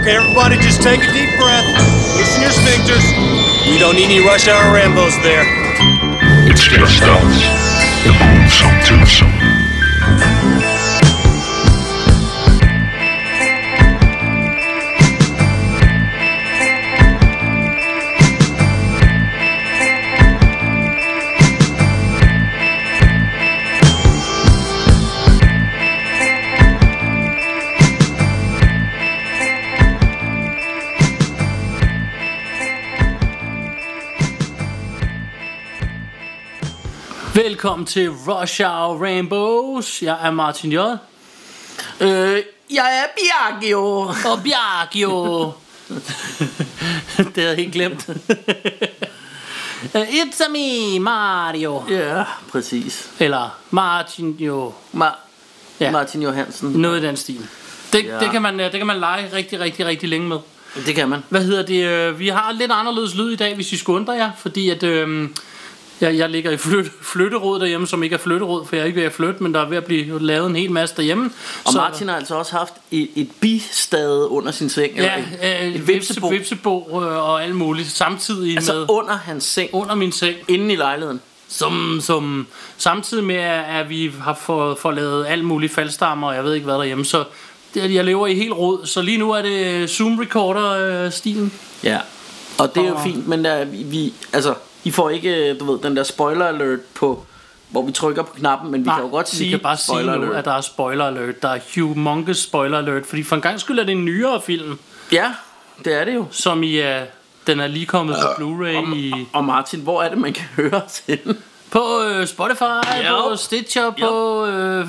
Okay, everybody just take a deep breath. Loosen your sphincters. We don't need any rush hour Rambos there. It's just us. The gruesome twosome. Velkommen til Rush Hour Rambos. Jeg er Martin J. Jeg er Biagio. Og Biagio. Det havde jeg helt glemt. It's me, Mario. Ja, præcis. Eller Martin Jo. Ja. Martin Johansen. Noget i den stil. Det kan man lege rigtig længe med. Det kan man. Hvad hedder det? Vi har lidt anderledes lyd i dag, hvis I skulle undre jer. Fordi at jeg ligger i flytteråd derhjemme, som ikke er flytteråd, for jeg er ikke ved at flytte, men der er ved at blive lavet en hel masse derhjemme. Og så Martin har altså også haft et bistade under sin seng. Ja, et vipsebo og alt muligt samtidig altså med under hans seng. Under min seng. Inde i lejligheden. Som samtidig med at vi har fået lavet alt muligt faldstammer og jeg ved ikke hvad derhjemme. Så jeg lever i helt rod. Så lige nu er det Zoom recorder stilen. Ja. Og det er jo fint, men vi altså I får ikke, du ved, den der spoiler alert på, hvor vi trykker på knappen, men vi kan jo godt sige, vi kan bare sige nu, at der er spoiler alert. Der er humongous spoiler alert, fordi for en gang skyld er det en nyere film. Ja, det er det jo. Som den er lige kommet på Blu-ray og Martin, hvor er det man kan høre til den? På Spotify, på Stitcher, på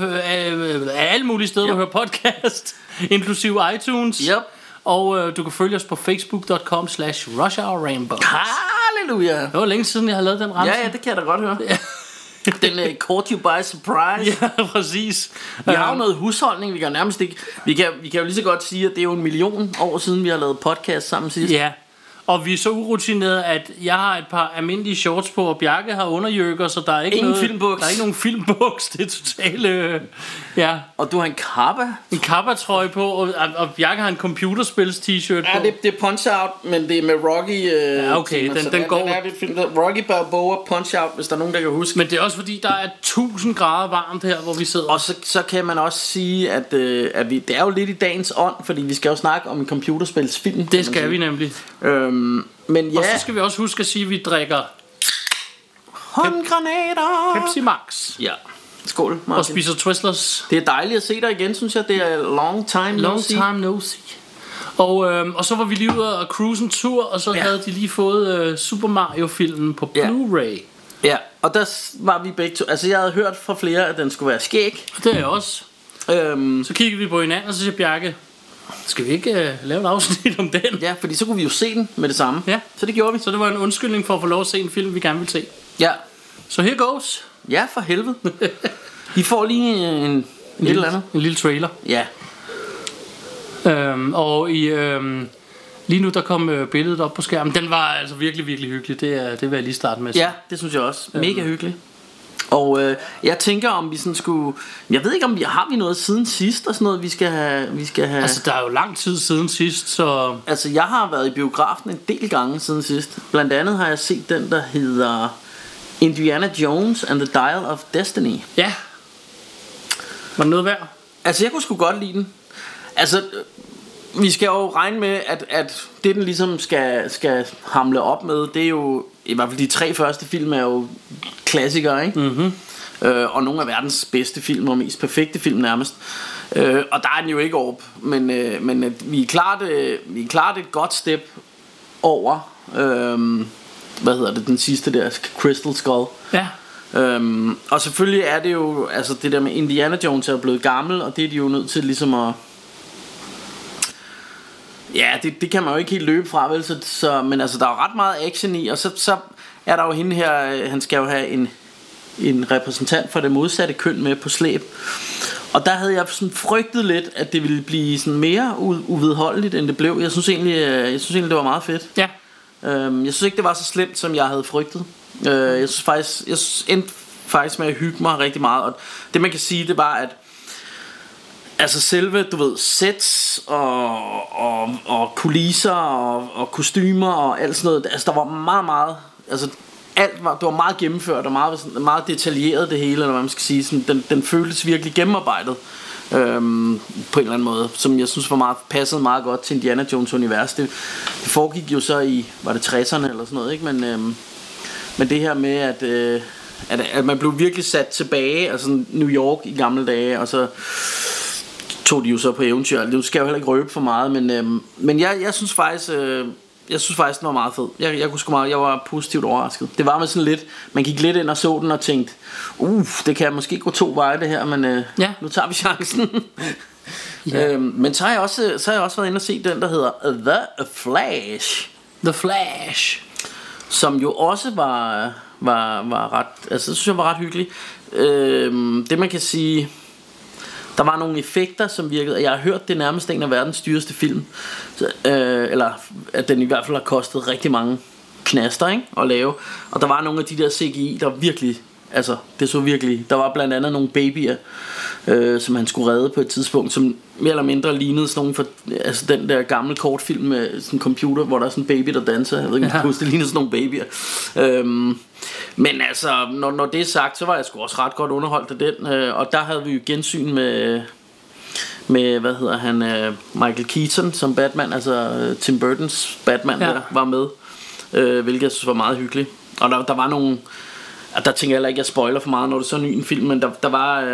alle mulige steder, du hører podcast, inklusive iTunes. Yep. Og du kan følge os på facebook.com/rushhourrambo. Halleluja. Det var længe siden jeg har lavet den ramse. Ja, det kan jeg da godt høre. Den caught you by surprise. Ja, præcis. Vi har jo noget husholdning. Vi kan nærmest ikke. Vi kan jo lige så godt sige, at det er jo 1 million år siden vi har lavet podcast sammen sidst. Ja. Og vi er så urutinerede, at jeg har et par almindelige shorts på, og Bjarke har underjøkker, så der er ikke filmbuks. Der er ikke nogen filmbuks. Det er totalt ja. Og du har en kappa. En kappa-trøje på, og Bjarke har en computerspils t-shirt på. Ja, det er Punch-Out, men det er med Rocky. Ja, okay, den går. Den er lidt film, Rocky Balboa Punch-Out, hvis der er nogen, der kan huske. Men det er også fordi, der er 1000 grader varmt her, hvor vi sidder. Og så kan man også sige, at det er jo lidt i dagens ånd, fordi vi skal jo snakke om en computerspilsfilm. Det skal vi nemlig. Men ja. Og så skal vi også huske at sige, at vi drikker håndgranater, Pepsi Max. Ja. Skål, Martin. Og spiser Twizzlers. Det er dejligt at se dig igen, synes jeg. Det er long time no see. Og så var vi lige ude og cruise en tur, og så havde de lige fået Super Mario-filmen på Blu-ray. Ja, og der var vi begge to. Altså jeg havde hørt fra flere, at den skulle være skæg. Det er jeg også. Så kiggede vi på hinanden, og så siger Bjarke, skal vi ikke lave et afsnit om den? Ja, fordi så kunne vi jo se den med det samme. Ja, så det gjorde vi. Så det var en undskyldning for at få lov at se en film, vi gerne vil se. Ja. Så here goes. Ja, for helvede. Vi får lige en eller andet. En lille trailer. Ja. Og lige nu der kom billedet op på skærmen. Den var altså virkelig hyggelig. Det vil jeg lige starte med. Ja, det synes jeg også. Mega hyggelig. Og jeg tænker om vi sådan skulle. Jeg ved ikke om har vi noget siden sidst og sådan noget vi skal have. Altså der er jo lang tid siden sidst, så. Altså jeg har været i biografen en del gange siden sidst. Blandt andet har jeg set den der hedder Indiana Jones and the Dial of Destiny. Ja. Var det noget værd? Altså jeg kunne sgu godt lide den. Altså vi skal jo regne med at det den ligesom skal hamle op med, det er jo i hvert fald de 3 første film er jo klassikere, ikke? Mm-hmm. Og nogle af verdens bedste film og mest perfekte film nærmest. Og der er den jo ikke op, men vi er klart et godt step over. Hvad hedder det, den sidste der, Crystal Skull. Ja. Og selvfølgelig er det jo, altså det der med Indiana Jones er blevet gammel, og det er de jo nødt til ligesom at. Ja, det kan man jo ikke helt løbe fra, vel? Så, men altså, der er jo ret meget action i, og så er der jo hende her, han skal jo have en repræsentant for det modsatte køn med på slæb. Og der havde jeg sådan frygtet lidt, at det ville blive sådan mere uvedholdeligt, end det blev. Jeg synes egentlig, det var meget fedt. Ja. Jeg synes ikke, det var så slemt, som jeg havde frygtet. Jeg endte faktisk med at hygge mig rigtig meget. Og det man kan sige, det var, at Altså selve, du ved, sets og kulisser og kostymer og alt sådan noget. Altså der var meget, altså det var meget gennemført og meget detaljeret det hele, eller hvad man skal sige. Sådan, den føltes virkelig gennemarbejdet på en eller anden måde, som jeg synes passede meget godt til Indiana Jones univers. Det foregik jo så i, var det 60'erne eller sådan noget, ikke? Men det her med at man blev virkelig sat tilbage, altså New York i gamle dage, og så tog de jo så på eventyr. Det skal jo heller ikke røbe for meget, men jeg synes faktisk den var meget fed. Jeg var positivt overrasket. Det var med sådan lidt, man gik lidt ind og så den og tænkte, det kan måske gå 2 veje det her, men nu tager vi chancen. Men så har jeg også været inde og se den, der hedder The Flash. The Flash, som jo også var ret, altså det synes jeg var ret hyggelig. Det man kan sige, der var nogle effekter som virkede. Jeg har hørt, det nærmest en af verdens dyreste film, eller at den i hvert fald har kostet rigtig mange knaster, ikke, at lave. Og der var nogle af de der CGI, der virkelig, altså det så virkelig. Der var blandt andet nogle babyer, som han skulle redde på et tidspunkt, som mere eller mindre lignede sådan nogle altså den der gamle kortfilm med sådan en computer, hvor der er sådan en baby der danser. Jeg ved ikke om du husker, det lignede sådan nogle babyer. Men altså når det er sagt, så var jeg sgu også ret godt underholdt af den. Og der havde vi jo gensyn med hvad hedder han, Michael Keaton som Batman, altså Tim Burtons Batman, der var med, hvilket jeg synes var meget hyggeligt. Og der var nogle, der tænker jeg heller ikke, jeg spoiler for meget, når det er så ny en film, men der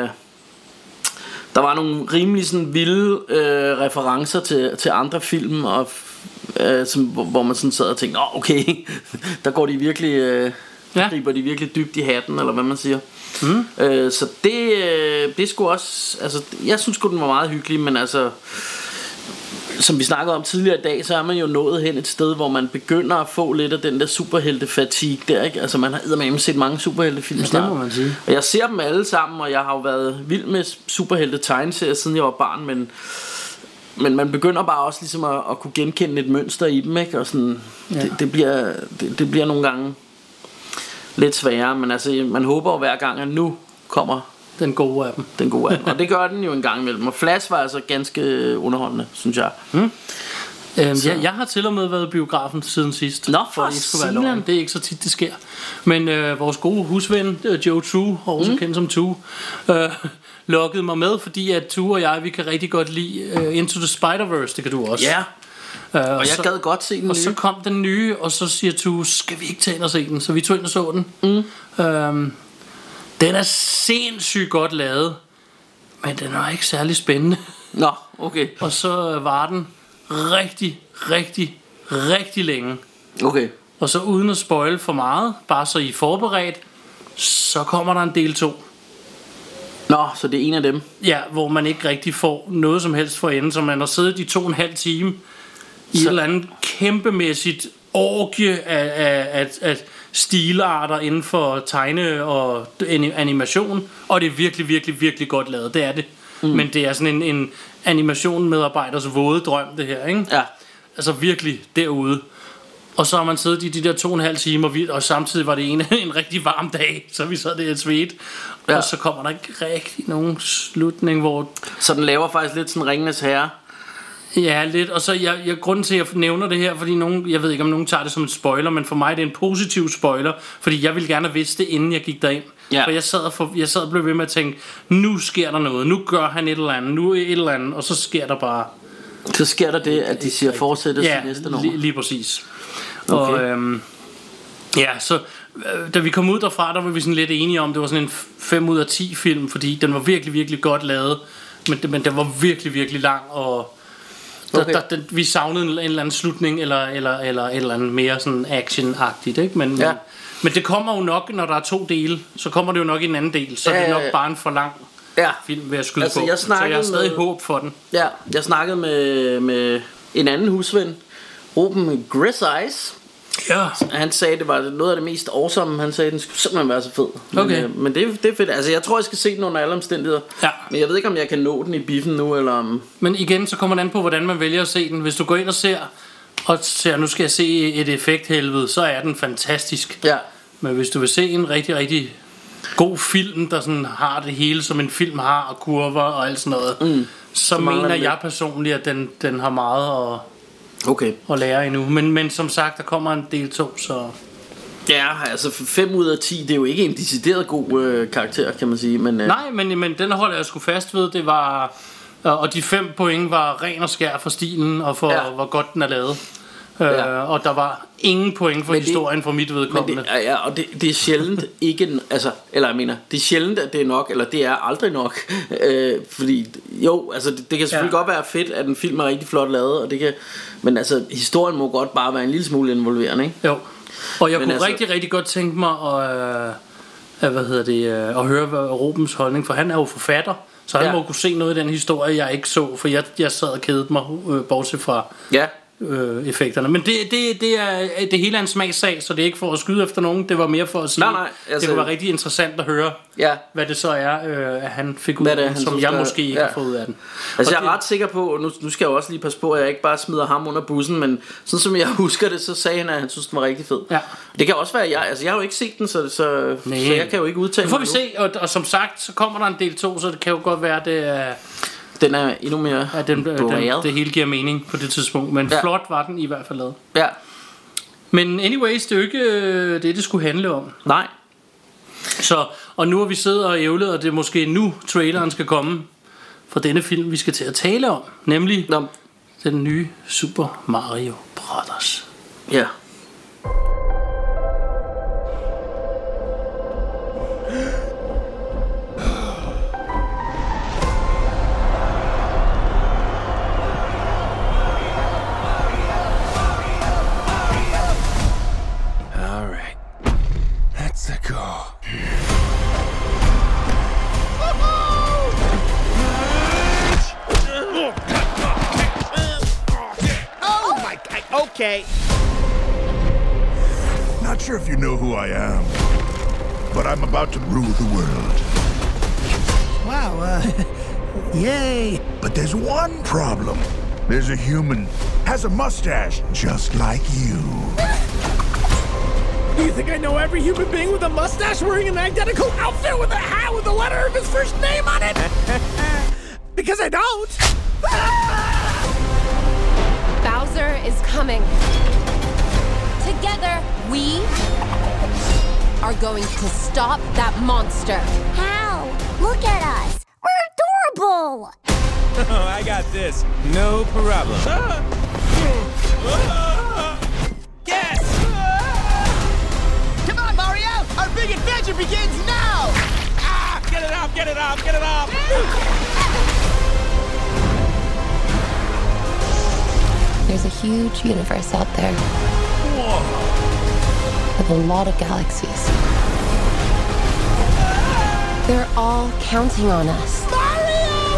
var nogle rimelig sådan vilde referencer til andre film, og hvor man sådan sad og tænkte, okay, der går de virkelig, griber de virkelig dybt i hatten, eller hvad man siger. Så det skulle også, altså jeg synes sgu den var meget hyggelig, men altså som vi snakkede om tidligere i dag, så er man jo nået hen et sted, hvor man begynder at få lidt af den der superhelte-fatigue der, ikke? Altså man har eddermame set mange superhelte-film snart, må man sige. og jeg ser dem alle sammen, og jeg har jo været vild med superhelte-tegneserier, siden jeg var barn, men man begynder bare også ligesom at kunne genkende et mønster i dem, ikke? Og sådan, det bliver nogle gange lidt sværere, men altså man håber jo hver gang, at nu kommer den gode af dem. Og det gør den jo en gang imellem. Og Flash var altså ganske underholdende, synes jeg. Jeg har til og med været i biografen siden sidst. Nå, for det skulle være løgn. Det er ikke så tit det sker. Men vores gode husven Joe True, også kendt som Tue, lokkede mig med, fordi at Tue og jeg, vi kan rigtig godt lide Into the Spider-Verse. Det kan du også. Ja. Og jeg gad godt se den og nye. Så kom den nye, og så siger Tue, skal vi ikke tage ind og se den? Så vi tog ind og så den. Den er sindssygt godt lavet, men den er ikke særlig spændende. Nå, okay. Og så var den rigtig længe. Okay. Og så uden at spoil for meget, bare så I er forberedt, så kommer der en del 2. Nå, så det er en af dem. Ja, hvor man ikke rigtig får noget som helst for enden. Så man har siddet i 2,5 timer i et eller andet kæmpemæssigt orgie af stilarter inden for tegne og animation. Og det er virkelig godt lavet. Det er det. Men det er sådan en animation medarbejders våde drøm, det her, ikke? Ja. Altså virkelig derude. Og så har man siddet i de der 2,5 timer, og samtidig var det en rigtig varm dag, så vi sad der et svedt. Og så kommer der ikke rigtig nogen slutning, hvor... Så den laver faktisk lidt sådan Ringenes Herre. Ja, lidt. Og så grunden til, at jeg nævner det her, fordi jeg ved ikke, om nogen tager det som en spoiler, men for mig er det en positiv spoiler, fordi jeg ville gerne have vidst det, inden jeg gik derind. Ja. For jeg sad og blev ved med at tænke, nu sker der noget, nu gør han et eller andet, og så sker der bare... Så sker der det, at de siger fortsætte til næste nummer. Lige præcis. Okay. Og så da vi kom ud derfra, der var vi sådan lidt enige om, det var sådan en 5 ud af 10 film, fordi den var virkelig godt lavet, men den var virkelig lang, og vi savnede en eller anden slutning eller et eller andet mere sådan action-agtigt, ikke? Men det kommer jo nok, når der er 2 dele, så kommer det jo nok i en anden del, så det er nok bare en for lang film ved at skyde på. Så jeg har stadig håb for den. Ja, jeg snakkede med en anden husven, Ruben Griseyes. Ja. Han sagde, det var noget af det mest awesome. Han sagde, den skulle simpelthen være så fed. Men det er fedt. Altså jeg tror, jeg skal se den under alle omstændigheder. Ja. Men jeg ved ikke, om jeg kan nå den i biffen nu, eller om... Men igen, så kommer det an på, hvordan man vælger at se den. Hvis du går ind og ser, nu skal jeg se et effekthelvede, så er den fantastisk. Ja. Men hvis du vil se en rigtig god film, der sådan har det hele, som en film har, og kurver og alt sådan noget, så mener jeg personligt, at den har meget at lære endnu. Men som sagt, der kommer en del 2, så... Ja, altså 5 ud af 10, det er jo ikke en decideret god karakter, kan man sige. Men, nej, men den holder jeg sgu fast ved. Det var... Og de 5 point var ren og skær for stilen, og for hvor godt den er lavet. Og der var ingen point for historien for mit vedkommende. Og det er sjældent ikke, altså, eller jeg mener, det er sjældent at det er nok, eller det er aldrig nok, fordi jo, altså det kan selvfølgelig godt være fedt, at en film er rigtig flot lavet, og det kan, men altså historien må godt bare være en lille smule involverende, ikke? Jo. Og jeg kunne rigtig godt tænke mig at høre Rubens holdning, for han er jo forfatter, så han må kunne se noget i den historie jeg ikke så, for jeg sad og kedede mig bortset fra effekterne. Men det hele er en smagssag, så det er ikke for at skyde efter nogen. Det var mere for at sige, altså, det kunne være rigtig interessant at høre, hvad det så er, at han fik ud af den, som jeg måske ikke har fået ud af den. Altså jeg er ret sikker på, nu skal jeg jo også lige passe på, at jeg ikke bare smider ham under bussen, men sådan som jeg husker det, så sagde han, at han synes den var rigtig fed. Det kan også være jeg har jo ikke set den, så jeg kan jo ikke udtale mig. Nu får vi se, og som sagt, så kommer der en del 2, så det kan jo godt være, det den er endnu mere det hele giver mening på det tidspunkt. Men flot var den i hvert fald lavet. Ja. Men anyways, det er jo ikke det skulle handle om. Nej. Så, og nu har vi siddet og ævlet, og det er måske nu traileren skal komme for denne film, vi skal til at tale om. Nemlig den nye Super Mario Brothers. Ja. Okay. Not sure if you know who I am, but I'm about to rule the world. Wow, yay. But there's one problem. There's a human, has a mustache, just like you. You think I know every human being with a mustache wearing an identical outfit with a hat with the letter of his first name on it? Because I don't. Bowser is coming. Together, we are going to stop that monster. How? Look at us. We're adorable. I got this. No problem. Yes! Come on, Mario! Our big adventure begins now! Ah! Get it off! Get it off! Get it off! There's a huge universe out there. Whoa! With a lot of galaxies. They're all counting on us. Mario!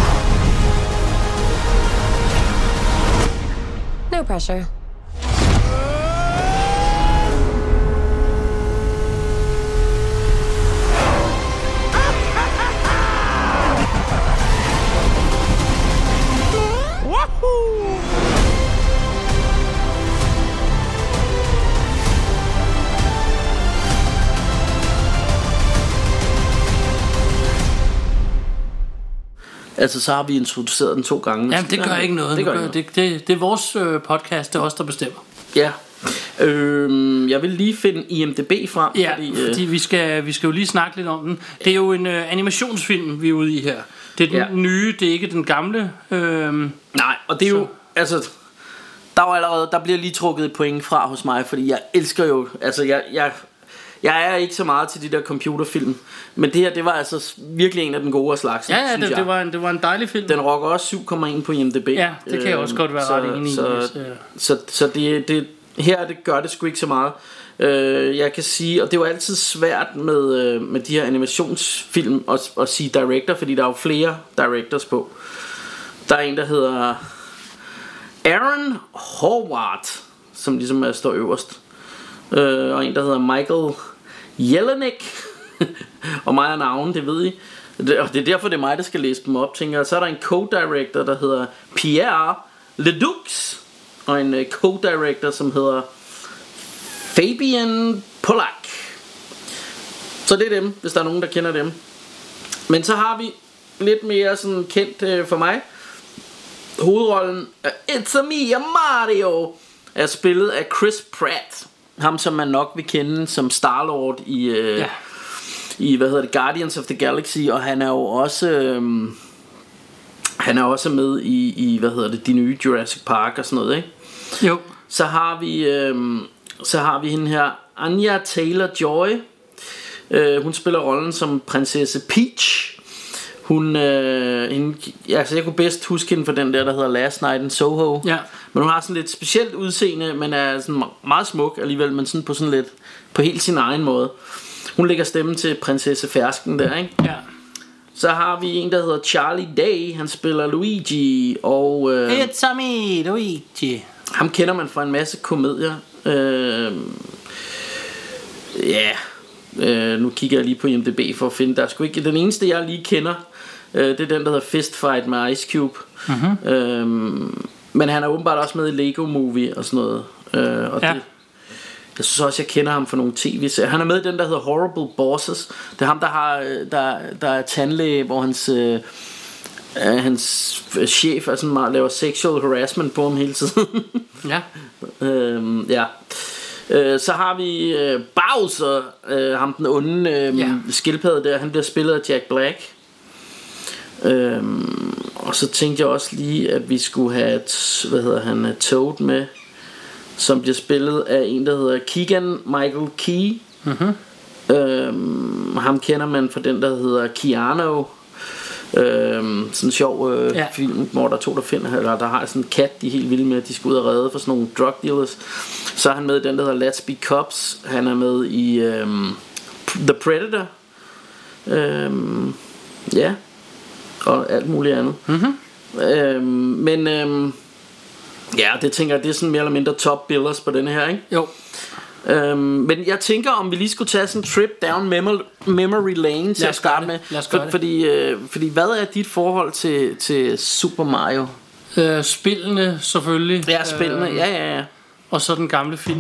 No pressure. Altså så har vi introduceret den 2 gange. Jamen det gør ikke noget. Det er vores podcast, det er os der bestemmer. Ja. Jeg vil lige finde IMDb frem. Ja, fordi vi skal jo lige snakke lidt om den. Det er jo en animationsfilm vi er ude i her. Det er den nye, det er ikke den gamle. Nej, og det er jo altså der bliver lige trukket et point fra hos mig, fordi jeg elsker jo, altså jeg er ikke så meget til de der computerfilm, men det her, det var altså virkelig en af den gode slags. Ja, det var en dejlig film. Den rocker også 7,1 på IMDb. Ja, det kan jeg også godt være ret enig i. Så det her, det gør det sgu ikke så meget. Jeg kan sige, og det er jo altid svært med de her animationsfilm at sige director, fordi der er jo flere directors på. Der er en, der hedder Aaron Horvath, som ligesom står øverst. Og en der hedder Michael Jelenic. Og mig er navnet, det ved I. Og det er derfor det er mig der skal læse dem op, tænker jeg. Så er der en co-director der hedder Pierre Ledoux. Og en co-director som hedder Fabian Polak. Så det er dem, hvis der er nogen der kender dem. Men så har vi lidt mere sådan kendt for mig. Hovedrollen It's a me, Mario er spillet af Chris Pratt. Ham som man nok vil kende som Star-Lord i hvad hedder det, Guardians of the Galaxy. Og han er jo også han er også med i hvad hedder det, de nye Jurassic Park og sådan noget, ikke? Jo. Så har vi hende her Anya Taylor-Joy. Hun spiller rollen som prinsesse Peach. Jeg kunne bedst huske hende for den der hedder Last Night in Soho. Ja. Men hun har sådan lidt specielt udseende, men er sådan meget smuk alligevel, men sådan på sådan lidt på helt sin egen måde. Hun lægger stemme til prinsesse Fersken der, ikke? Ja. Så har vi en der hedder Charlie Day. Han spiller Luigi og It's a me, Luigi. ham kender man fra en masse komedier. Nu kigger jeg lige på IMDb for at finde. Der er sgu ikke den eneste jeg lige kender. Det er den der hedder Fist Fight med Ice Cube. Men han er åbenbart også med i Lego Movie og sådan noget. Og det, jeg synes også jeg kender ham fra nogle tv-serier. Han er med i den der hedder Horrible Bosses. Det er ham der er tandlæge, hvor hans chef er sådan meget, laver sexual harassment på ham hele tiden. Ja. Så har vi Bowser, ham den onde skildpadde der. Han bliver spillet af Jack Black. Og så tænkte jeg også lige at vi skulle have Toad med, som bliver spillet af en der hedder Keegan Michael Key. Ham kender man fra den der hedder Keanu. Sådan en sjov film, hvor der er to der finder, eller der har sådan en kat de er helt vilde med, at de skal ud og redde for sådan nogle drug dealers. Så er han med i den der hedder Let's Be Cops. Han er med i The Predator. Og alt muligt andet. Det tænker jeg, det er sådan mere eller mindre top billers på denne her, ikke? Jo. Men jeg tænker om vi lige skulle tage sådan en trip down memory lane til at starte med. Fordi hvad er dit forhold til Super Mario? Spillene selvfølgelig. Ja, spillene. Ja. Og så den gamle film.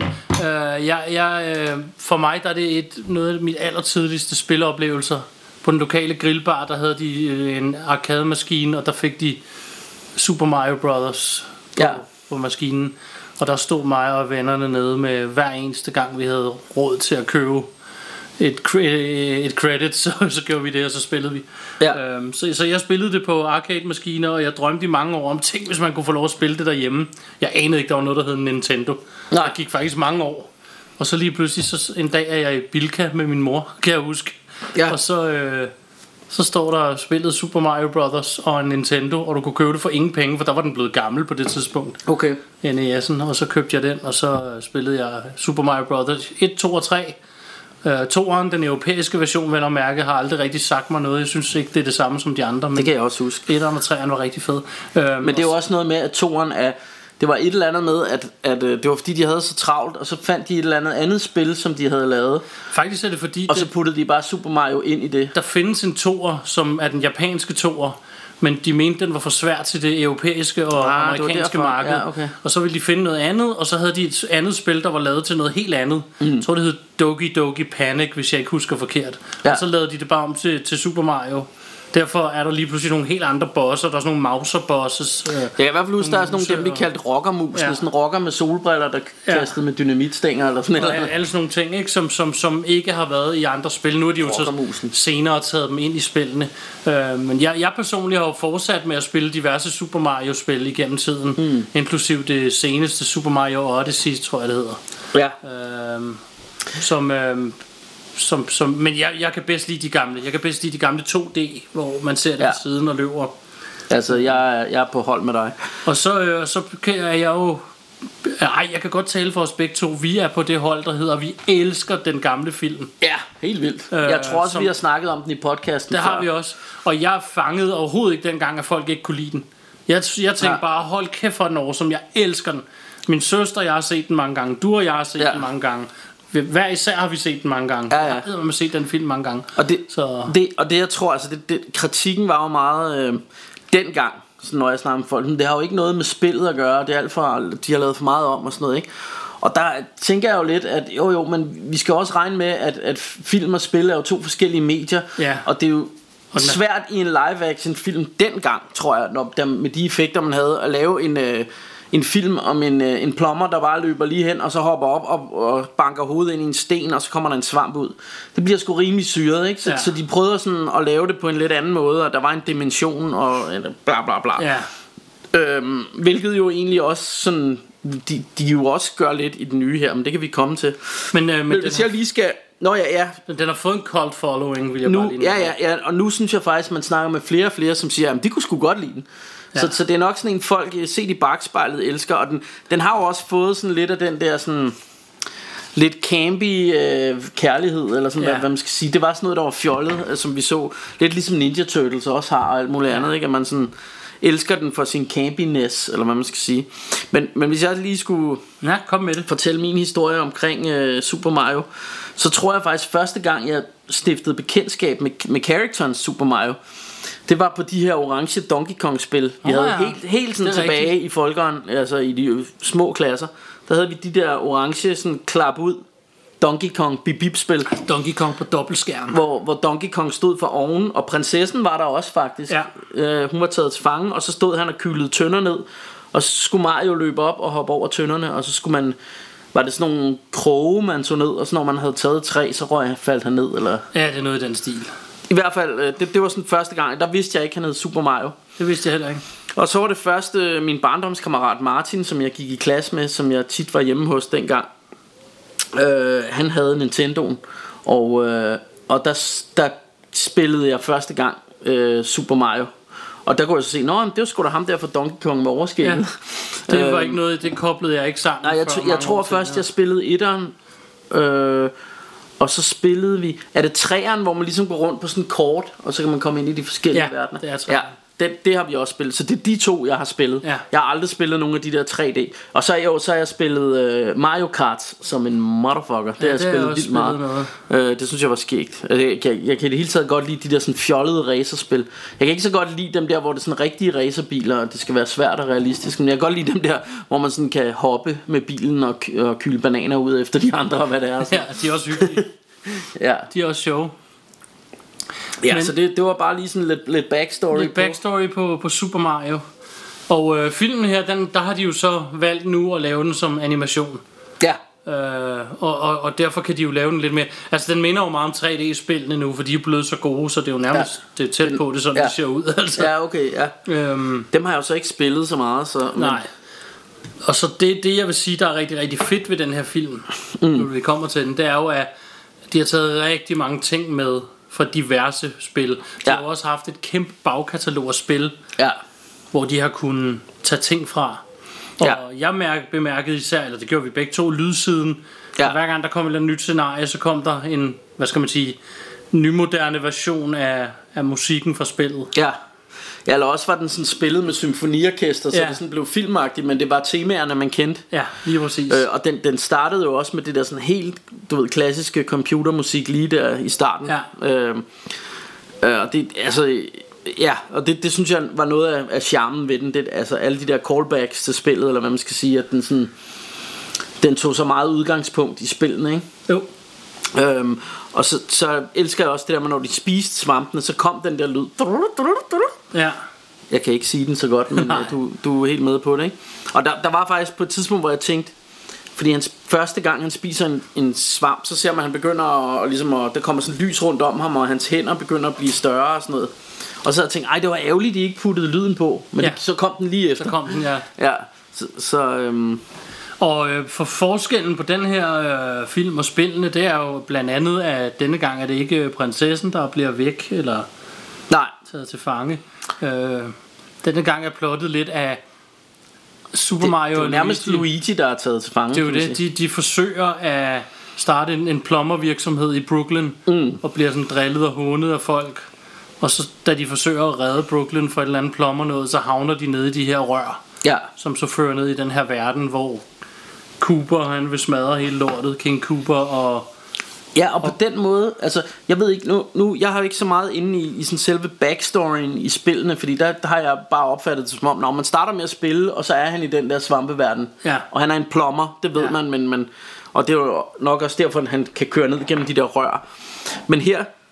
For mig der er det noget af mit allertidligste spilleoplevelser. På den lokale grillbar der havde de en arcade-maskine, og der fik de Super Mario Brothers på maskinen. Og der stod mig og vennerne nede med hver eneste gang vi havde råd til at købe et credit, så gjorde vi det, og så spillede vi. Så jeg spillede det på arcade-maskiner, og jeg drømte i mange år om ting, hvis man kunne få lov at spille det derhjemme. Jeg anede ikke, der var noget, der hed Nintendo. Der gik faktisk mange år. Og så lige pludselig, så en dag er jeg i Bilka med min mor, kan jeg huske. Og så står der spillet Super Mario Brothers og en Nintendo, og du kunne købe det for ingen penge, for der var den blevet gammel på det tidspunkt. Okay. NES'en, og så købte jeg den, og så spillede jeg Super Mario Brothers 1, 2 og 3. 2'eren, den europæiske version, vel at mærke, har aldrig rigtig sagt mig noget. Jeg synes ikke, det er det samme som de andre. Men det kan jeg også huske. 1'eren og 3'eren var rigtig fed. Men det er jo også noget med, at 2'eren er... Det var et eller andet med, at det var fordi de havde så travlt, og så fandt de et eller andet spil, som de havde lavet. Faktisk er det fordi... Og så puttede de bare Super Mario ind i det. Der findes en 2'er, som er den japanske 2'er, men de mente, den var for svær til det europæiske og amerikanske marked. Okay. Og så ville de finde noget andet, og så havde de et andet spil, der var lavet til noget helt andet. Jeg tror, det hed Doki Doki Panic, hvis jeg ikke husker forkert. Og så lavede de det bare om til Super Mario. Derfor er der lige pludselig nogle helt andre bosser. Der er sådan nogle mauser-bosses. Jeg kan i hvert fald huske, der er sådan nogle dem, vi kaldte rockermus. Sådan en rocker med solbriller, der kastede med dynamitstænger eller sådan noget. Alle sådan nogle ting, ikke? Som ikke har været i andre spil. Nu er de jo så senere taget dem ind i spillene. Men jeg personligt har jo fortsat med at spille diverse Super Mario-spil igennem tiden. Inklusiv det seneste Super Mario Odyssey, tror jeg det hedder. Men jeg kan bedst lide de gamle. Jeg kan bedst lide de gamle 2D, hvor man ser det på siden og løber. Altså jeg er på hold med dig. Og så kan jeg jo... jeg kan godt tale for os begge to. Vi er på det hold, der hedder vi elsker den gamle film. Ja, helt vildt. Jeg tror også vi har snakket om den i podcasten. Det har vi også. Og jeg fangede overhovedet ikke dengang, at folk ikke kunne lide den. Jeg tænkte bare, hold kæft for den som jeg elsker den. Min søster, jeg har set den mange gange. Du og jeg har set den mange gange. Hver især har vi set den mange gange. Jeg ved, man har set den film mange gange. Og det jeg tror, altså kritikken var jo meget dengang, når jeg snakker med folk. Men det har jo ikke noget med spillet at gøre. Det er alt for, de har lavet for meget om og sådan noget, ikke? Og der tænker jeg jo lidt, at men vi skal også regne med, at film og spil er jo to forskellige medier. Og det er jo svært i en live-action film dengang, tror jeg, når med de effekter man havde, at lave en film om en plommer, der bare løber lige hen, og så hopper op og banker hovedet ind i en sten, og så kommer der en svamp ud. Det bliver sgu rimelig syret, ikke? Så de prøvede sådan at lave det på en lidt anden måde, og der var en dimension, og bla bla bla. Ja. Hvilket jo egentlig også sådan, de jo også gør lidt i den nye her, men det kan vi komme til. Men hvis jeg lige skal... Nå ja. Den har fået en cult following, vil jeg nu, bare lige nævne. Ja, og nu synes jeg faktisk, man snakker med flere og flere, som siger, at de kunne sgu godt lide den. Ja. Så det er nok sådan en folk set i bagspejlet elsker. Og den har jo også fået sådan lidt af den der sådan lidt campy kærlighed, eller sådan hvad man skal sige. Det var sådan noget, der var fjollet, som vi så. Lidt ligesom Ninja Turtles også har, og alt muligt andet, ikke? At man sådan elsker den for sin campiness, eller hvad man skal sige. Men hvis jeg lige skulle kom med det. Fortælle min historie omkring Super Mario, så tror jeg faktisk første gang jeg stiftede bekendtskab med characteren Super Mario, det var på de her orange Donkey Kong spil. Vi havde helt sådan tilbage rigtigt. I folkeren, altså i de små klasser, der havde vi de der orange sådan klap ud Donkey Kong bip-bip-spil. Donkey Kong på dobbeltskærm. Hvor Donkey Kong stod for oven, og prinsessen var der også faktisk. Hun var taget til fange, og så stod han og kylede tønder ned, og så skulle Mario løbe op og hoppe over tønderne, og så skulle man... Var det sådan nogle kroge, man tog ned, og så når man havde taget 3, så faldt han ned, eller... Ja, det er noget i den stil. I hvert fald, det var sådan første gang. Der vidste jeg ikke, han hed Super Mario. Det vidste jeg heller ikke. Og så var det første min barndomskammerat Martin, som jeg gik i klasse med, som jeg tit var hjemme hos dengang. Han havde Nintendo'en, og der spillede jeg første gang Super Mario. Og der kunne jeg så se, det var sgu da ham der for Donkey Kong med overskægget. Ja, det var ikke noget, det koblede jeg ikke sammen. Nej, jeg tror først, jeg spillede etteren, og så spillede vi... Er det 3'eren, hvor man ligesom går rundt på sådan et kort, og så kan man komme ind i de forskellige verdener? Det er 3'eren. Det har vi også spillet. Så det er de 2 jeg har spillet. Jeg har aldrig spillet nogen af de der 3D. Og så har jeg spillet Mario Kart som en motherfucker. Det har jeg spillet vildt meget. Det synes jeg var skægt. Jeg kan i det hele taget godt lide de der sådan fjollede racerspil. Jeg kan ikke så godt lide dem der, hvor det er sådan rigtige racerbiler, og det skal være svært og realistisk. Men jeg kan godt lide dem der, hvor man sådan kan hoppe med bilen og kylde bananer ud efter de andre, og hvad det er. Ja, de er også hyggelige. De er også sjove. Ja, men, så det var bare lige sådan lidt backstory. Lidt backstory på Super Mario. Og filmen her, der har de jo så valgt nu at lave den som animation. Ja. Og derfor kan de jo lave den lidt mere. Altså den minder jo meget om 3D-spillene nu, for de er blevet så gode, så det er jo nærmest det er tæt på det, sådan det ser ud. Altså. Ja, okay, ja. Dem har jeg jo så ikke spillet så meget, så. Nej. Og så det jeg vil sige, der er rigtig, rigtig fedt ved den her film, når vi kommer til den, det er jo, at de har taget rigtig mange ting med fra diverse spil. De har også haft et kæmpe bagkatalog af spil, hvor de har kunnet tage ting fra. Og jeg bemærkede især, eller det gjorde vi begge to, lydsiden. Hver gang der kom et nyt scenarie, så kom der en, hvad skal man sige, nymoderne version af musikken fra spillet. Ja, eller også var den sådan spillet med symfoniorkester, så det sådan blev filmagtigt, men det var temaerne man kendte. Ja, lige præcis. Og den startede jo også med det der sådan helt, klassiske computermusik lige der i starten. Og det altså og det synes jeg var noget af charmen ved den. Det, altså alle de der callbacks til spillet, eller hvad man skal sige, at den tog så meget udgangspunkt i spillene, ikke? Jo. Og så elsker jeg også det der med, når de spiste svampene, så kom den der lyd. Ja. Jeg kan ikke sige den så godt, men du er helt med på det, ikke? Og der var faktisk på et tidspunkt, hvor jeg tænkte, fordi første gang han spiser en svamp, så ser man, at han begynder at der kommer sådan lys rundt om ham, og hans hænder begynder at blive større og sådan noget. Og så havde jeg tænkt, det var ærgerligt, de ikke puttede lyden på. Men så kom den lige efter. Så kom den, Og for forskellen på den her film og spillene, det er jo blandt andet, at denne gang er det ikke prinsessen, der bliver væk eller taget til fange. Denne gang er plottet lidt af Super Mario. Det er nærmest Luigi, der er taget til fange. Det er jo det. De forsøger at starte en plommervirksomhed i Brooklyn, og bliver sådan drillet og hånet af folk. Og så da de forsøger at redde Brooklyn for et eller andet plommer noget, så havner de nede i de her rør, som så fører ned i den her verden, hvor Cooper, han vil smadre hele lortet, King Cooper og på den måde, altså jeg ved ikke nu jeg har jo ikke så meget inde i sådan selve backstoryen i spillene, fordi der har jeg bare opfattet det som om, når man starter med at spille, og så er han i den der svampeverden, og han er en plommer, det ved man, men og det er jo nok også derfor, at han kan køre ned gennem de der rør. Men her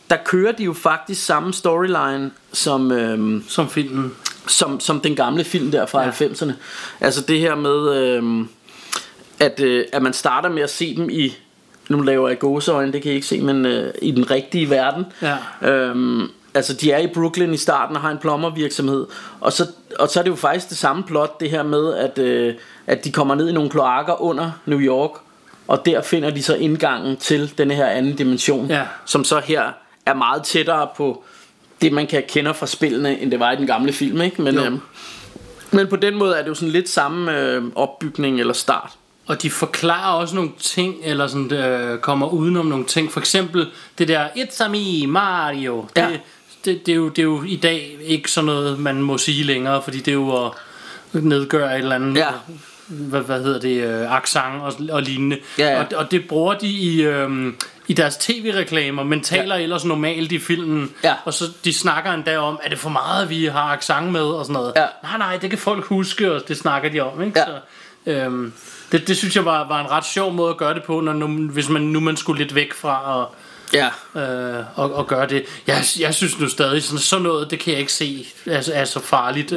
der kører de jo faktisk samme storyline som filmen, som den gamle film der fra 90'erne. Altså det her med at man starter med at se dem i, nu laver jeg gåseøjne, det kan I ikke se, men i den rigtige verden. Altså de er i Brooklyn i starten og har en plommervirksomhed, og så er det jo faktisk det samme plot, det her med at de kommer ned i nogle kloakker under New York, og der finder de så indgangen til denne her anden dimension, som så her er meget tættere på det man kan kende fra spillene, end det var i den gamle film, ikke? Men på den måde er det jo sådan lidt samme opbygning eller start. Og de forklarer også nogle ting, eller sådan kommer udenom nogle ting. For eksempel det der It's a me, Mario. Det er jo i dag ikke sådan noget man må sige længere, fordi det er jo at nedgøre et eller andet hvad hedder det, accent og lignende. Og det bruger de i deres tv-reklamer, men taler ellers normalt i filmen. Og så de snakker endda om, er det for meget vi har accent med og sådan noget. Nej, det kan folk huske, og det snakker de om, ikke? Så det synes jeg var en ret sjov måde at gøre det på, hvis man skulle lidt væk fra og gøre det. Jeg synes nu stadig sådan noget, det kan jeg ikke se er så farligt.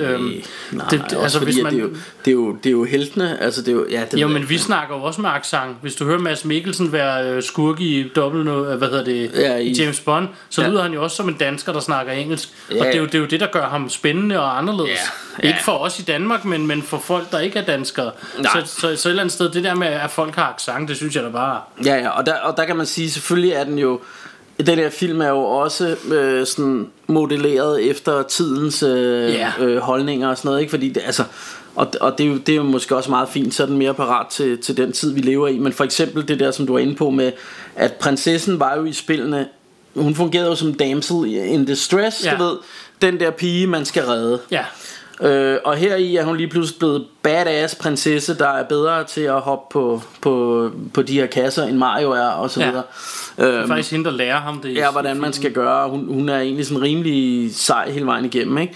Det er jo heltene, altså det er jo men vi snakker jo også med accent. Hvis du hører Mads Mikkelsen være skurk i i James Bond, så lyder han jo også som en dansker, der snakker engelsk. Og det er jo det, der gør ham spændende og anderledes. Ikke for os i Danmark, men for folk, der ikke er danskere. Så et eller andet sted, det der med at folk har accent, det synes jeg da bare. Og der kan man sige, selvfølgelig er den jo, den her film er jo også sådan modelleret efter tidens holdninger og sådan noget, ikke? Fordi det, altså, og det er jo måske også meget fint, så er den mere parat til den tid vi lever i. Men for eksempel det der, som du var inde på med, at prinsessen var jo i spillene, hun fungerede jo som damsel in distress, du ved, den der pige man skal redde. Og her i er hun lige pludselig blevet badass prinsesse, der er bedre til at hoppe på de her kasser end Mario er, og så videre. Det er faktisk hende, der lærer ham det. Hvordan man skal gøre. Hun er egentlig sådan rimelig sej hele vejen igennem, ikke?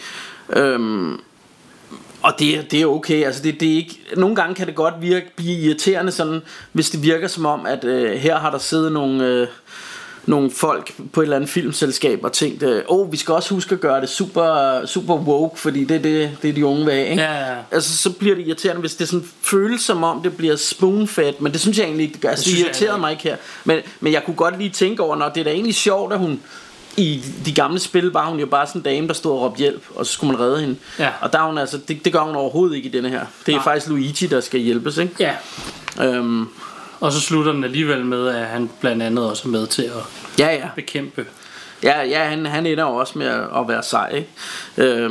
Og det er okay. Altså det er ikke. Nogle gange kan det godt blive irriterende, sådan, hvis det virker som om at her har der siddet nogle folk på et eller andet filmselskab og tænkt, vi skal også huske at gøre det super woke, fordi det er de unge vil have, ikke? Altså så bliver det irriterende, hvis det sådan føles som om det bliver spoon-fed, men det synes jeg egentlig ikke det gør. Altså, det irriterede mig ikke her, men jeg kunne godt lige tænke over, når det er da egentlig sjovt, at hun i de gamle spil var hun jo bare sådan en dame, der stod og råbte hjælp, og så skulle man redde hende. Og der er hun altså, det gør hun overhovedet ikke i denne her. Det er faktisk Luigi, der skal hjælpes, ikke? Og så slutter den alligevel med, at han blandt andet også er med til at bekæmpe. Han ender jo også med at være sej, ikke?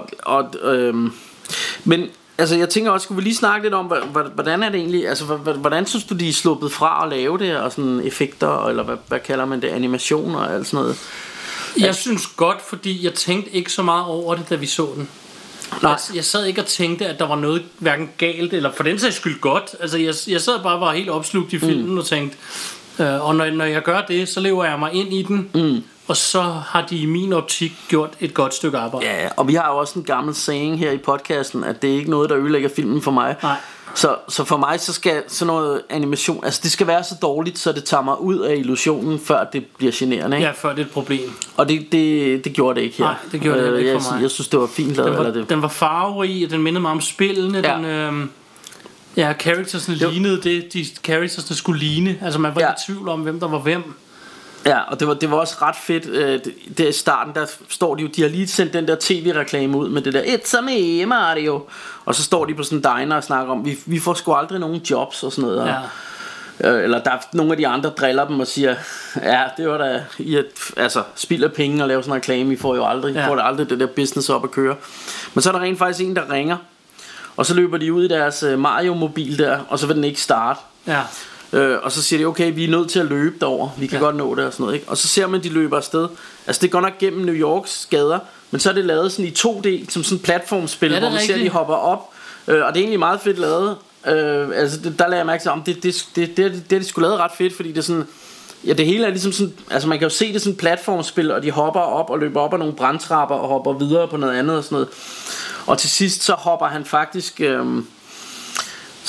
Men altså jeg tænker også, skulle vi lige snakke lidt om, hvordan er det egentlig, altså hvordan synes du de er sluppet fra at lave det, og sådan effekter, eller hvad kalder man det, animationer og alt sådan noget? Jeg synes godt, fordi jeg tænkte ikke så meget over det, da vi så den. Jeg sad ikke og tænkte, at der var noget hverken galt eller for den sags skyld godt. Altså jeg sad bare og var helt opslugt i filmen og tænkte, og når jeg gør det, så lever jeg mig ind i den. Og så har de i min optik gjort et godt stykke arbejde. Og vi har jo også en gammel saying her i podcasten, at det er ikke noget, der ødelægger filmen for mig. Så for mig så skal sådan noget animation, altså det skal være så dårligt, så det tager mig ud af illusionen, før det bliver generende, ikke? Før det er et problem. Og det gjorde det ikke her. Nej, det gjorde det ikke for mig. Jeg synes det var fint lavet. Den var farverig, og den mindede mig om spillene. Charactersne lignede det, de charactersne skulle ligne. Altså man var ikke i tvivl om, hvem der var hvem. Og det var også ret fedt. Der i starten, der står de jo, de har lige sendt den der tv-reklame ud med det der It's a me, Mario. Og så står de på sådan en diner og snakker om, vi får sgu aldrig nogen jobs og sådan noget. Eller der er nogle af de andre driller dem og siger, det var da altså spild af penge og lave sådan en reklame. I får jo aldrig, får aldrig det der business op at køre. Men så er der rent faktisk en, der ringer, og så løber de ud i deres Mario-mobil der, og så vil den ikke starte. Og så siger de, okay, vi er nødt til at løbe derover, vi kan godt nå det og sådan noget, ikke? Og så ser man, de løber afsted. Altså det går nok gennem New Yorks gader, men så er det lavet sådan i 2D, som sådan en platformspil, hvor man ser, de hopper op. Og det er egentlig meget fedt lavet. Altså der lader jeg mærke til, om det skulle lavet ret fedt, fordi det er sådan, det hele er ligesom sådan, altså man kan jo se det sådan et platformspil, og de hopper op og løber op ad nogle brandtrapper og hopper videre på noget andet og sådan noget. Og til sidst så hopper han faktisk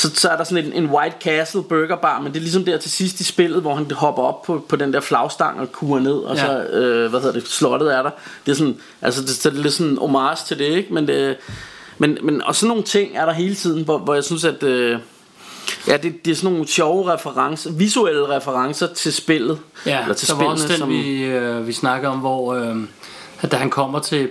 så er der sådan en White Castle burgerbar, men det er ligesom der til sidst i spillet, hvor han hopper op på den der flagstang og kurer ned, og så slottet er der. Det er sådan, altså det er lidt sådan homage til det, ikke? Men og sådan nogle ting er der hele tiden, hvor jeg synes at det er sådan nogle sjove referencer, visuelle referencer til spillet. Ja, eller til der var også den som vi snakker om, hvor at da han kommer til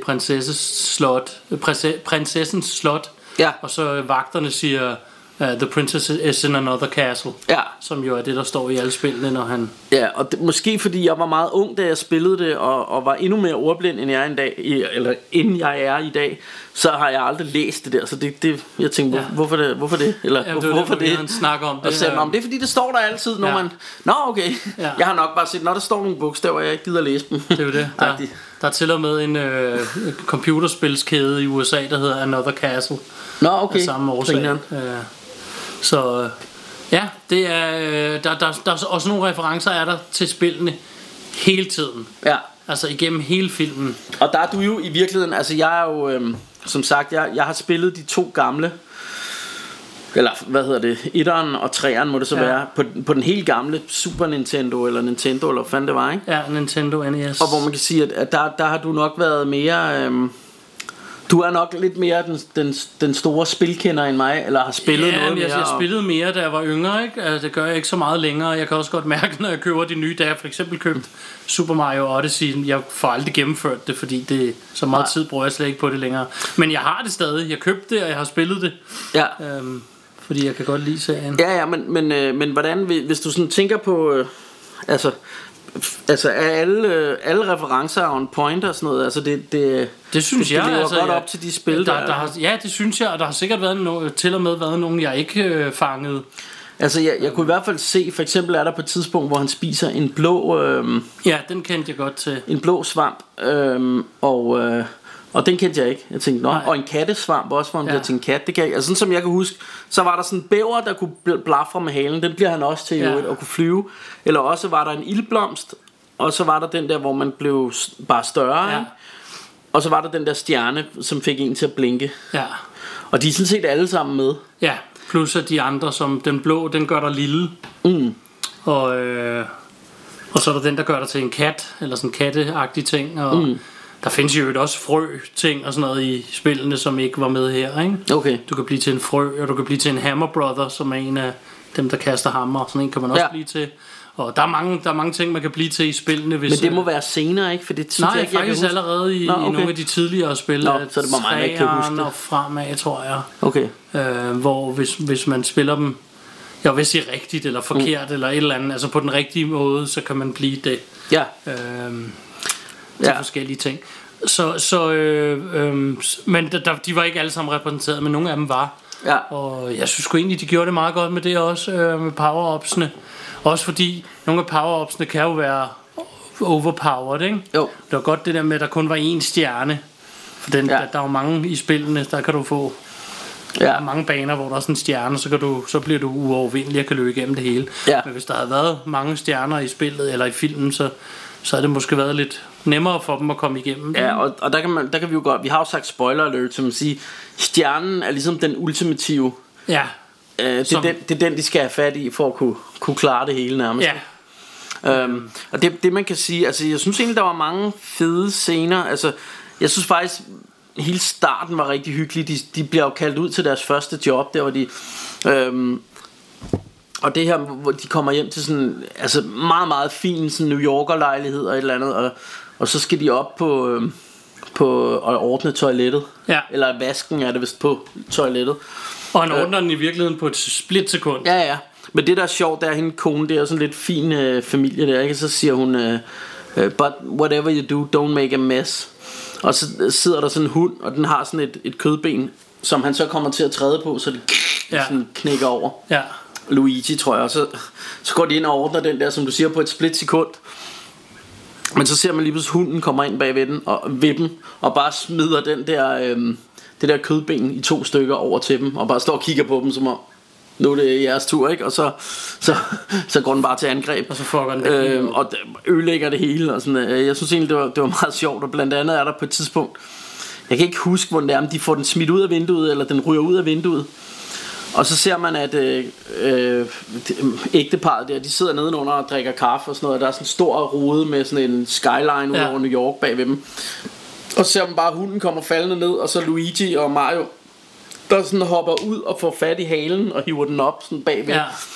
prinsessens slot, og så vagterne siger The princess is in another castle, som jo er det der står i alle spillene, når han... Ja, og måske fordi jeg var meget ung, da jeg spillede det, og var endnu mere ordblind end jeg end jeg er i dag, så har jeg aldrig læst det der. Så jeg tænkte, hvorfor det? Eller hvorfor det? Han snakker om det. Og sagde, det er fordi det står der altid, når man... Nå, okay. Ja. Jeg har nok bare set, når der står nogle bogstaver, jeg ikke gider læse dem. Det er jo det. Der er til og med en computerspilskæde i USA, der hedder Another Castle. Nå, okay. Af samme årsag. Så ja, det er der er også nogle referencer er der til spillene hele tiden. Ja. Altså igennem hele filmen. Og der er du jo i virkeligheden, altså jeg er jo som sagt, jeg har spillet de 2 gamle, eller hvad hedder det, 1'eren og 3'eren må det så være, på den helt gamle Super Nintendo eller Nintendo, eller hvad fanden det var, ikke? Ja, Nintendo NES. Og hvor man kan sige at der har du nok været mere du er nok lidt mere den store spilkender end mig, eller har spillet noget mere. Jeg spillede mere, da jeg var yngre, ikke? Altså, det gør jeg ikke så meget længere. Jeg kan også godt mærke, når jeg køber de nye, da jeg for eksempel købte Super Mario Odyssey. Jeg får aldrig gennemført det, fordi det så meget tid bruger jeg slet ikke på det længere. Men jeg har det stadig. Jeg købte det, og jeg har spillet det. Ja. Fordi jeg kan godt lide serien. Ja, men hvordan, hvis du sådan tænker på, altså er alle referencer on point og sådan noget, altså det synes jeg lever altså, godt op til de spil ja, det synes jeg, og der har sikkert været til og med været nogen jeg ikke fangede. Altså jeg kunne i hvert fald se, for eksempel er der på et tidspunkt, hvor han spiser en blå ja, den kendte jeg godt til. En blå svamp, og den kendte jeg ikke. Jeg tænkte, og en kattesvamp også, hvor han bliver til en kat. Det kan jeg, altså sådan som jeg kan huske, så var der sådan en bæver, der kunne blafre med halen. Den bliver han også til at kunne flyve. Eller også var der en ildblomst, og så var der den der, hvor man blev bare større. Ja. Og så var der den der stjerne, som fik en til at blinke. Ja. Og de er sådan set alle sammen med. Ja, plus at de andre, som den blå, den gør dig lille. Og så er der den, der gør dig til en kat, eller sådan katteagtig ting. Og der findes jo også frø-ting og sådan noget i spillene, som ikke var med her, ikke? Okay. Du kan blive til en frø, og du kan blive til en Hammer Brother, som er en af dem, der kaster hammer. Sådan en kan man også blive til. Og der er mange ting, man kan blive til i spillene. Hvis, men det må være senere, ikke? For det synes jeg ikke, faktisk allerede i nogle af de tidligere spil. Så det må man ikke kan huske det. Og fremad, tror jeg. Okay. Hvor hvis man spiller dem, jeg vil sige rigtigt eller forkert eller et eller andet, altså på den rigtige måde, så kan man blive det. Ja. Til forskellige ting. Men de var ikke alle sammen repræsenteret, men nogle af dem var. Ja. Og jeg synes sgu egentlig, de gjorde det meget godt med det også, med power-ups'ene. Også fordi nogle af power-ups'ene kan jo være overpowered, ikke? Jo. Det var godt det der med, at der kun var én stjerne. For der er jo mange i spillene, der kan du få der er mange baner, hvor der er sådan en stjerne, så bliver du uovervindelig og kan løbe igennem det hele. Ja. Men hvis der havde været mange stjerner i spillet eller i filmen, så havde det måske været lidt nemmere for dem at komme igennem. Ja, og der kan vi jo godt, vi har jo sagt spoiler alert, som at sige, stjernen er ligesom den ultimative. Ja. Det er den, de skal have fat i for at kunne klare det hele nærmest. Ja. Og det man kan sige, altså jeg synes egentlig der var mange fede scener. Altså jeg synes faktisk hele starten var rigtig hyggelig. De bliver jo kaldt ud til deres første job, der hvor de og det her, hvor de kommer hjem til sådan, altså meget, meget fin sådan New Yorker lejlighed og et eller andet, og så skal de op på at ordne toilettet. Ja. Eller vasken er det vist på toilettet. Og han ordner den i virkeligheden på et splitsekund. Ja. Men det der er sjovt, der er hende kone, det er sådan lidt fin familie der, ikke? Så siger hun, but whatever you do, don't make a mess. Og så sidder der sådan en hund, og den har sådan et kødben, som han så kommer til at træde på, så det sådan knækker over. Ja. Luigi, tror jeg. Og så går de ind og ordner den der, som du siger, på et splitsekund. Men så ser man lige pludselig hunden kommer ind bag ved den og ved dem, og bare smider den der det der kødben i 2 stykker over til dem, og bare står og kigger på dem som om nu er det jeres tur, ikke? Og så går den bare til angreb, og så fucker den det og ødelægger det hele og sådan. Jeg synes egentlig det var meget sjovt. Og blandt andet er der på et tidspunkt, jeg kan ikke huske hvordan det er, om de får den smidt ud af vinduet eller den ryger ud af vinduet, Og så ser man, at ægteparret der, de sidder nedenunder og drikker kaffe og sådan noget. Og der er sådan en stor rode med sådan en skyline ud over New York bag ved dem. Og så ser man bare, at hunden kommer faldende ned, og så Luigi og Mario, der sådan hopper ud og får fat i halen og hiver den op sådan bagved.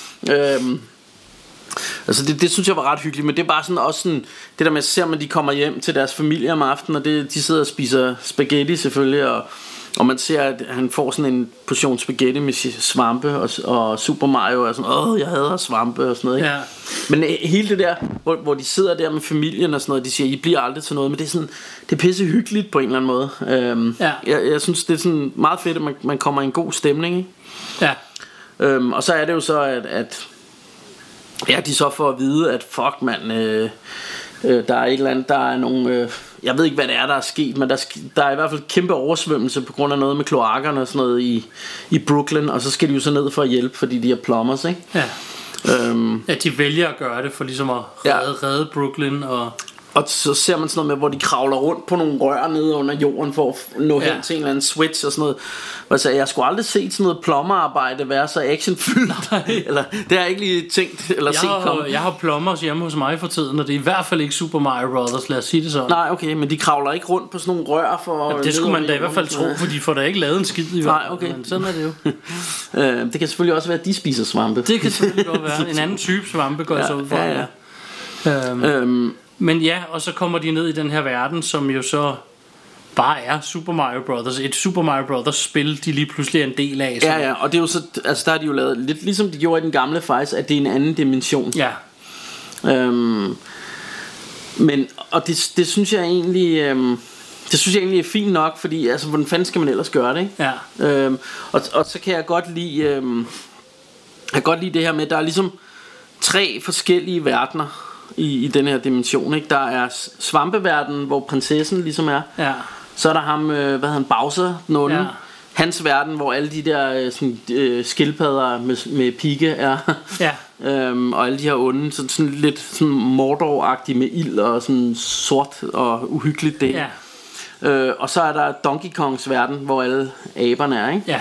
Altså det synes jeg var ret hyggeligt. Men det er bare sådan også sådan, det der med, så ser man, de kommer hjem til deres familie om aftenen, og de sidder og spiser spaghetti selvfølgelig, og man ser, at han får sådan en portion spaghetti med svampe, og Super Mario er sådan, jeg hader svampe og sådan noget, ikke? Ja. Men hele det der, hvor de sidder der med familien og sådan noget, de siger, I bliver aldrig til noget, men det er sådan, det er pisse hyggeligt på en eller anden måde. Jeg synes, det er sådan meget fedt, at man kommer i en god stemning, ikke? Ja. Og så er det jo så, at de så får at vide, at fuck mand, der er et eller andet, der er nogle... jeg ved ikke hvad det er der er sket, men der er i hvert fald kæmpe oversvømmelse på grund af noget med kloakkerne og sådan noget i Brooklyn. Og så skal de jo så ned for at hjælpe, fordi de er plumbers, ikke? Ja, de vælger at gøre det for ligesom at redde Brooklyn. Og så ser man sådan noget med, hvor de kravler rundt på nogle rør nede under jorden for at nå hen til en eller anden switch og sådan noget. Altså, jeg skulle aldrig set sådan noget plumberarbejde være så actionfyldt. Eller det har jeg ikke lige tænkt eller set komme. Jeg har plumbers hjemme hos mig for tiden, og det er i hvert fald ikke Super Mario Brothers, lad os sige det sådan. Nej, okay, men de kravler ikke rundt på sådan nogle rør for... det skulle man da i hvert fald tro, for de får da ikke lavet en skid i hvert fald. Nej, okay. Men sådan er det jo. Det kan selvfølgelig også være, at de spiser svampe. Det kan selvfølgelig godt være. En anden type svampe går så ud fra. Men ja, og så kommer de ned i den her verden, som jo så bare er Super Mario Brothers. Et Super Mario Brothers spil, de lige pludselig er en del af. Ja, og det er jo så, altså der har de jo lavet lidt ligesom de gjorde i den gamle faktisk, at det er en anden dimension. Ja. Men og det synes jeg egentlig er fint nok, fordi altså hvordan fanden skal man ellers gøre det, ikke? Ja. Og så kan jeg godt lide det her med, at der er ligesom 3 forskellige verdener i den her dimension, ikke? Der er svampeverdenen, hvor prinsessen ligesom er. Ja. Så er der ham, hvad hedder han, Bowser, den onde. Ja. Hans verden, hvor alle de der skildpadder med pigge er. Ja. Og alle de her onde, sådan lidt sådan Mordor-agtige med ild og sådan sort og uhyggeligt det. Ja. Og så er der Donkey Kongs verden, hvor alle aberne er, ikke? Ja.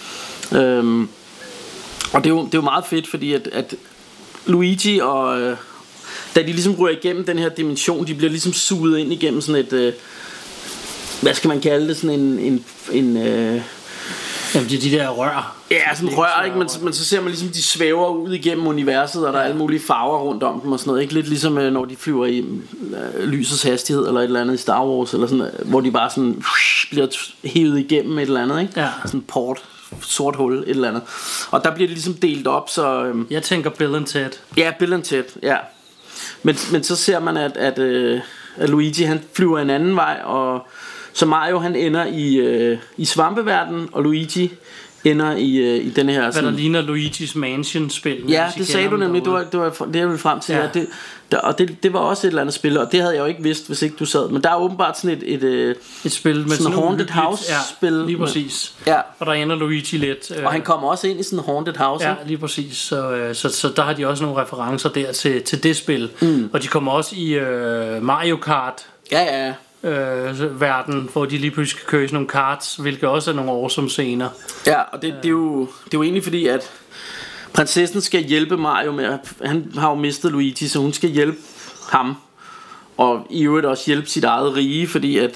Og det er jo meget fedt, fordi at Luigi og da de ligesom ryger igennem den her dimension, de bliver ligesom suget ind igennem sådan et hvad skal man kalde det, sådan en jamen de der rør. Ja, sådan rør, ikke? Men så ser man ligesom de svæver ud igennem universet, og der er alle mulige farver rundt om dem og sådan noget, ikke? Lidt ligesom når de flyver i lysets hastighed eller et eller andet i Star Wars eller sådan, hvor de bare sådan bliver hævet igennem et eller andet, ikke? Ja. Sådan en port, sort hul, et eller andet. Og der bliver det ligesom delt op, så jeg tænker Bill and Ted. Ja, Bill and Ted, ja. Men så ser man at Luigi han flyver en anden vej, og så Mario han ender i svampeverdenen, og Luigi ender i den her hvad der ligner Luigi's Mansion-spil. Ja, det sagde du nemlig. Det var det jeg ville frem til. Ja. Og det var også et eller andet spil, og det havde jeg jo ikke vidst, hvis ikke du sad. Men der er åbenbart sådan et spil med sådan en Haunted House-spil. Ja, lige præcis. Ja. Og der ender Luigi lidt. Og han kommer også ind i sådan en Haunted House. Ja, lige præcis. Så der har de også nogle referencer der til det spil. Og de kommer også i Mario Kart. Ja. Verden, hvor de lige pludselig kan køre i sådan nogle karts, hvilket også er nogle awesome scener. Ja, og det er jo egentlig fordi, at prinsessen skal hjælpe Mario med, han har jo mistet Luigi, så hun skal hjælpe ham, og i øvrigt også hjælpe sit eget rige, fordi at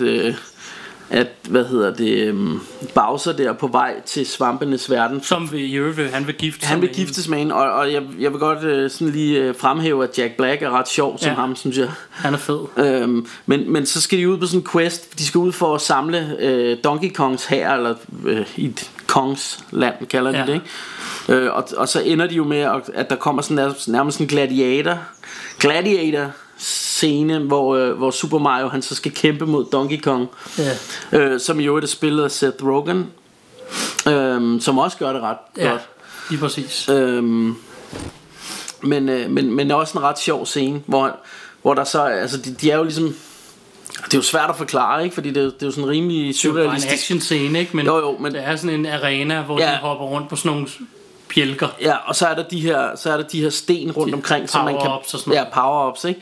Bowser der på vej til svampenes verden, som han vil giftes han vil giftes med hende, og jeg vil godt sådan lige fremhæve, at Jack Black er ret sjov som ham, synes jeg. Han er fed. Men så skal de ud på sådan en quest. De skal ud for at samle Donkey Kongs hær, eller i Kongs land kalder de det, ikke? Og så ender de jo med at der kommer sådan nærmest en gladiator scene, hvor Super Mario han så skal kæmpe mod Donkey Kong, som i øvrigt er spillet af Seth Rogen, som også gør det ret godt. Lige præcis. Men også en ret sjov scene, hvor der så, altså de er jo ligesom, det er jo svært at forklare, ikke? Fordi det er jo sådan rimelig surrealistisk. Det er en action scene, ikke? Men det er sådan en arena, hvor de hopper rundt på sådan nogle bjælker. Ja, og så er der de her sten rundt omkring, som man kan power-ups, ikke?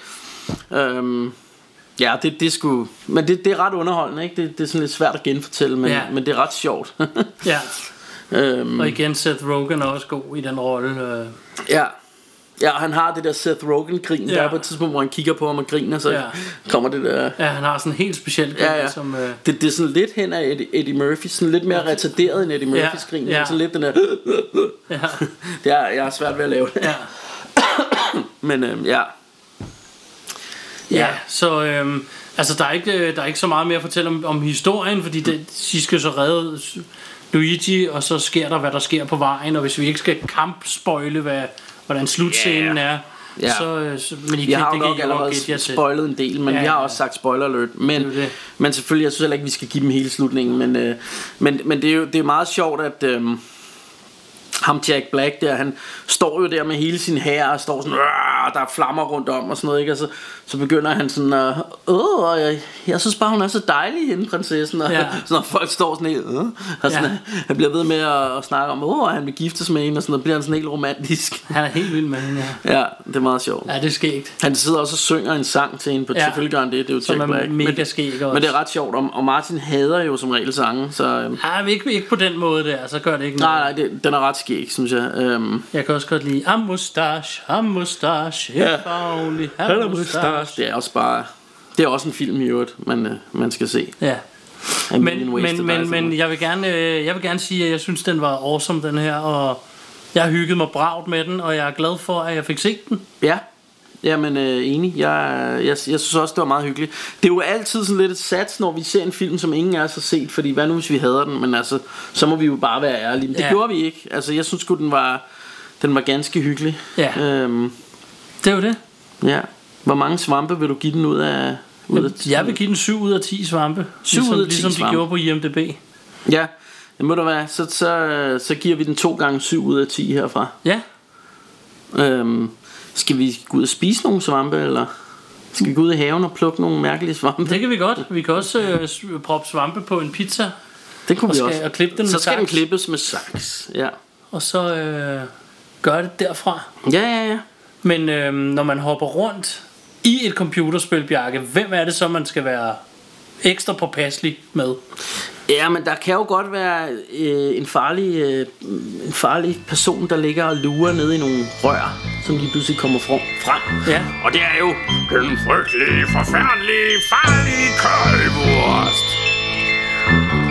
Ja, det sgu, men det er ret underholdende, ikke? Det er sådan lidt svært at genfortælle, men det er ret sjovt. Ja. Og igen Seth Rogen er også god i den rolle. Ja, han har det der Seth Rogen-grin. Der er på et tidspunkt, hvor han kigger på ham og griner, så kommer det der... Ja, han har sådan en helt speciel grin, som... Det er sådan lidt hen af Eddie Murphy, sådan lidt mere retarderet end Eddie Murphys grin. Ja. Sådan lidt den der... Jeg er svært ved at lave det. Ja. Men så... altså, der er ikke så meget mere at fortælle om historien, fordi de skal så redde Luigi, og så sker der, hvad der sker på vejen, og hvis vi ikke skal kampspoile, hvordan slutscenen er, så men I har jo nok allerede spoilet en del, men vi har også sagt spoiler alert, men selvfølgelig, jeg synes heller ikke, vi skal give dem hele slutningen, men det er meget sjovt, at ham Jack Black der, han står jo der med hele sin hær og står sådan, der er flammer rundt om og sådan noget, ikke? Og så begynder han sådan jeg synes bare hun er så dejlig hende prinsessen, og sådan, folk står sådan helt og sådan, han bliver ved med at snakke om han vil giftes med hende og sådan noget, bliver han sådan helt romantisk. Han er helt vild med hende. Ja, det er meget sjovt. Ja, det er skægt. Han sidder også og synger en sang til hende på selvfølgelig gør han det er jo Jack Black. Mega skægt også. Men det er ret sjovt, og Martin hader jo som regel sange, så ikke på den måde der, så gør det ikke noget. Nej, den er ret skæg, synes jeg. Jeg kan også godt lide I'm mustache, if only have mustache. Det er også bare, det er også en film i øvrigt, man skal se. Ja. Men jeg vil gerne sige, at jeg synes den var awesome, den her, og jeg har hygget mig bravt med den, og jeg er glad for at jeg fik set den. Ja. Jamen enig. Jeg synes også det var meget hyggeligt. Det er jo altid sådan lidt et sats, når vi ser en film som ingen af os har set, fordi hvad nu hvis vi hader den, men altså så må vi jo bare være ærlige. Men det gjorde vi ikke. Altså jeg synes sgu den var ganske hyggelig. Ja. Det er jo det. Ja. Hvor mange svampe vil du give den ud af? Jeg vil give den 7 ud af 10 svampe. 7 ud af 10 ligesom svampe. De gjorde på IMDb. Ja. Det må da være. Så giver vi den 2 gange 7 ud af 10 herfra. Ja. Skal vi gå ud og spise nogle svampe, eller skal vi gå ud i haven og plukke nogle mærkelige svampe? Det kan vi godt. Vi kan også proppe svampe på en pizza. Det kunne vi også. Og klippe den med så skal den klippes med saks. Ja. Og så gøre det derfra. Ja. Men når man hopper rundt i et computerspil, Bjarke, hvem er det så man skal være ekstra påpasselig med? Ja, men der kan jo godt være en farlig person, der ligger og lurer nede i nogle rør, som lige pludselig kommer frem. Ja. Og det er jo den frygtelige, forfærdelige, farlige currywurst.